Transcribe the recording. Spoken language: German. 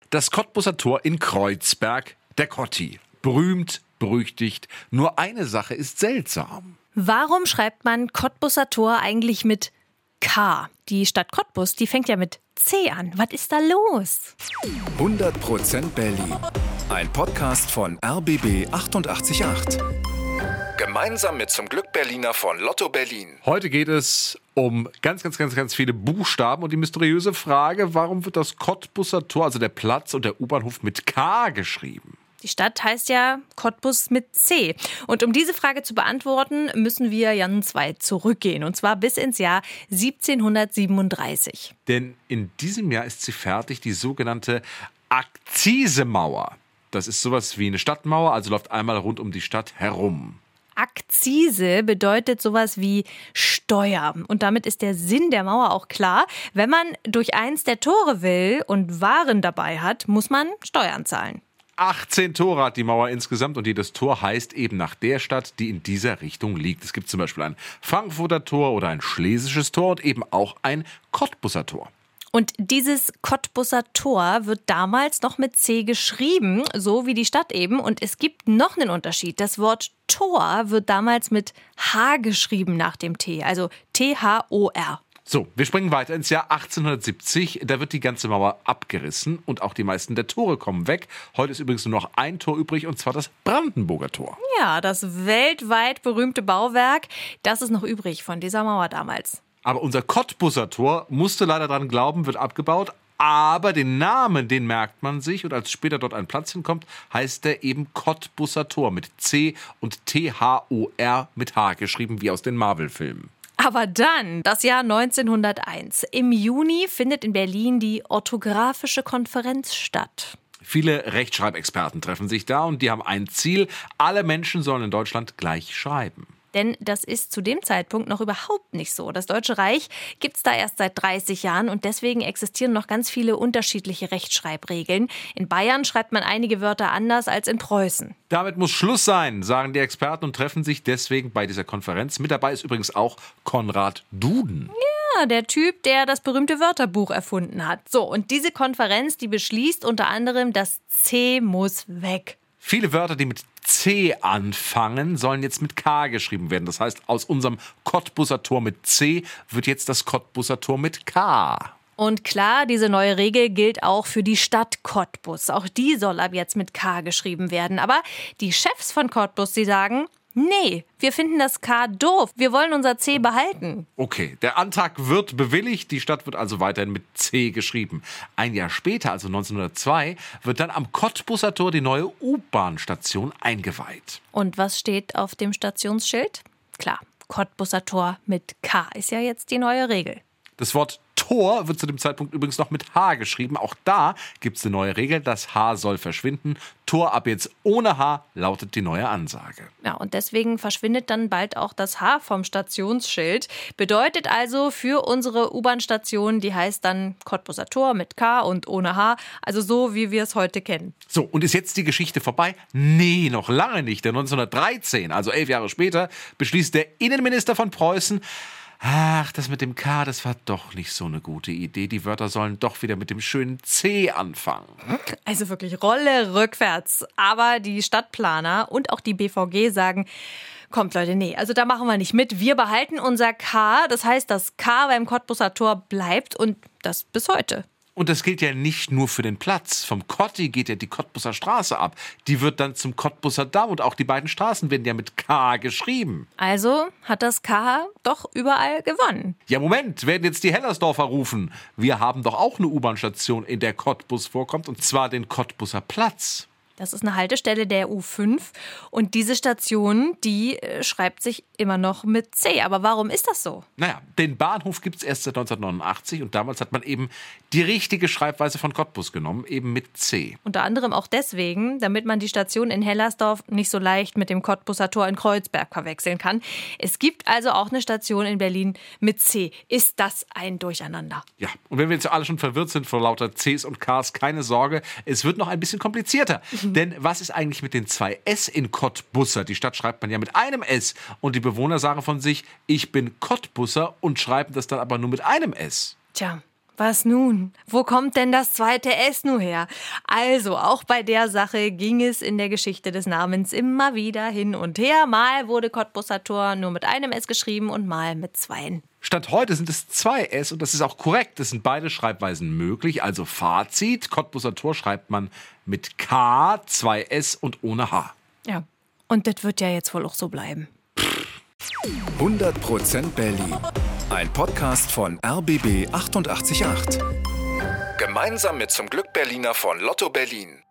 Das Kottbusser Tor in Kreuzberg, der Kotti. Berühmt, berüchtigt. Nur eine Sache ist seltsam. Warum schreibt man Kottbusser Tor eigentlich mit K? Die Stadt Cottbus, die fängt ja mit C an. Was ist da los? 100% Berlin. Ein Podcast von RBB 888. Gemeinsam mit Zum Glück Berliner von Lotto Berlin. Heute geht es um ganz viele Buchstaben und die mysteriöse Frage, warum wird das Kottbusser Tor, also der Platz und der U-Bahnhof, mit K geschrieben? Die Stadt heißt ja Cottbus mit C. Und um diese Frage zu beantworten, müssen wir ganz weit zurückgehen. Und zwar bis ins Jahr 1737. Denn in diesem Jahr ist sie fertig, die sogenannte Akzisemauer. Das ist sowas wie eine Stadtmauer, also läuft einmal rund um die Stadt herum. Akzise bedeutet sowas wie Steuer. Und damit ist der Sinn der Mauer auch klar. Wenn man durch eins der Tore will und Waren dabei hat, muss man Steuern zahlen. 18 Tore hat die Mauer insgesamt und jedes Tor heißt eben nach der Stadt, die in dieser Richtung liegt. Es gibt zum Beispiel ein Frankfurter Tor oder ein Schlesisches Tor und eben auch ein Cottbusser Tor. Und dieses Cottbusser Tor wird damals noch mit C geschrieben, so wie die Stadt eben. Und es gibt noch einen Unterschied. Das Wort Tor wird damals mit H geschrieben nach dem T, also T-H-O-R. So, wir springen weiter ins Jahr 1870. Da wird die ganze Mauer abgerissen und auch die meisten der Tore kommen weg. Heute ist übrigens nur noch ein Tor übrig, und zwar das Brandenburger Tor. Ja, das weltweit berühmte Bauwerk, das ist noch übrig von dieser Mauer damals. Aber unser Cottbusser Tor, musste leider dran glauben, wird abgebaut. Aber den Namen, den merkt man sich. Und als später dort ein Platz hinkommt, heißt der eben Cottbusser Tor mit C und T-H-O-R mit H geschrieben, wie aus den Marvel-Filmen. Aber dann, das Jahr 1901. Im Juni findet in Berlin die Orthografische Konferenz statt. Viele Rechtschreibexperten treffen sich da und die haben ein Ziel: Alle Menschen sollen in Deutschland gleich schreiben. Denn das ist zu dem Zeitpunkt noch überhaupt nicht so. Das Deutsche Reich gibt's da erst seit 30 Jahren und deswegen existieren noch ganz viele unterschiedliche Rechtschreibregeln. In Bayern schreibt man einige Wörter anders als in Preußen. Damit muss Schluss sein, sagen die Experten und treffen sich deswegen bei dieser Konferenz. Mit dabei ist übrigens auch Konrad Duden. Ja, der Typ, der das berühmte Wörterbuch erfunden hat. So, und diese Konferenz, die beschließt unter anderem, das C muss weg. Viele Wörter, die mit C anfangen, sollen jetzt mit K geschrieben werden. Das heißt, aus unserem Cottbusser Tor mit C wird jetzt das Cottbusser Tor mit K. Und klar, diese neue Regel gilt auch für die Stadt Cottbus. Auch die soll ab jetzt mit K geschrieben werden. Aber die Chefs von Cottbus, die sagen: Nee, wir finden das K doof. Wir wollen unser C behalten. Okay, der Antrag wird bewilligt. Die Stadt wird also weiterhin mit C geschrieben. Ein Jahr später, also 1902, wird dann am Cottbusser Tor die neue U-Bahn-Station eingeweiht. Und was steht auf dem Stationsschild? Klar, Cottbusser Tor mit K ist ja jetzt die neue Regel. Das Wort Tor wird zu dem Zeitpunkt übrigens noch mit H geschrieben. Auch da gibt es eine neue Regel. Das H soll verschwinden. Tor ab jetzt ohne H lautet die neue Ansage. Ja, und deswegen verschwindet dann bald auch das H vom Stationsschild. Bedeutet also für unsere U-Bahn-Station, die heißt dann Cottbusser Tor mit K und ohne H. Also so, wie wir es heute kennen. So, und ist jetzt die Geschichte vorbei? Nee, noch lange nicht. Denn 1913, also 11 Jahre später, beschließt der Innenminister von Preußen: Ach, das mit dem K, das war doch nicht so eine gute Idee. Die Wörter sollen doch wieder mit dem schönen C anfangen. Also wirklich Rolle rückwärts. Aber die Stadtplaner und auch die BVG sagen: Kommt Leute, nee, also da machen wir nicht mit. Wir behalten unser K. Das heißt, das K beim Cottbusser Tor bleibt und das bis heute. Und das gilt ja nicht nur für den Platz. Vom Kotti geht ja die Cottbusser Straße ab. Die wird dann zum Cottbusser Damm und auch die beiden Straßen werden ja mit K geschrieben. Also hat das K doch überall gewonnen. Ja, Moment, werden jetzt die Hellersdorfer rufen. Wir haben doch auch eine U-Bahn-Station, in der Cottbus vorkommt, und zwar den Cottbusser Platz. Das ist eine Haltestelle der U5 und diese Station, die schreibt sich immer noch mit C. Aber warum ist das so? Naja, den Bahnhof gibt es erst seit 1989 und damals hat man eben die richtige Schreibweise von Cottbus genommen, eben mit C. Unter anderem auch deswegen, damit man die Station in Hellersdorf nicht so leicht mit dem Cottbusser Tor in Kreuzberg verwechseln kann. Es gibt also auch eine Station in Berlin mit C. Ist das ein Durcheinander? Ja, und wenn wir jetzt alle schon verwirrt sind vor lauter Cs und Ks, keine Sorge, es wird noch ein bisschen komplizierter. Denn was ist eigentlich mit den 2 S in Cottbusser? Die Stadt schreibt man ja mit einem S. Und die Bewohner sagen von sich: Ich bin Cottbusser, und schreiben das dann aber nur mit einem S. Tja, Was nun? Wo kommt denn das zweite S nur her? Also, auch bei der Sache ging es in der Geschichte des Namens immer wieder hin und her. Mal wurde Cottbuser Tor nur mit einem S geschrieben und mal mit zweien. Stand heute sind es 2 S und das ist auch korrekt. Es sind beide Schreibweisen möglich. Also Fazit, Cottbuser Tor schreibt man mit K, 2 S und ohne H. Ja, und das wird ja jetzt wohl auch so bleiben. 100% Berlin. Ein Podcast von RBB 888. Gemeinsam mit zum Glück Berliner von Lotto Berlin.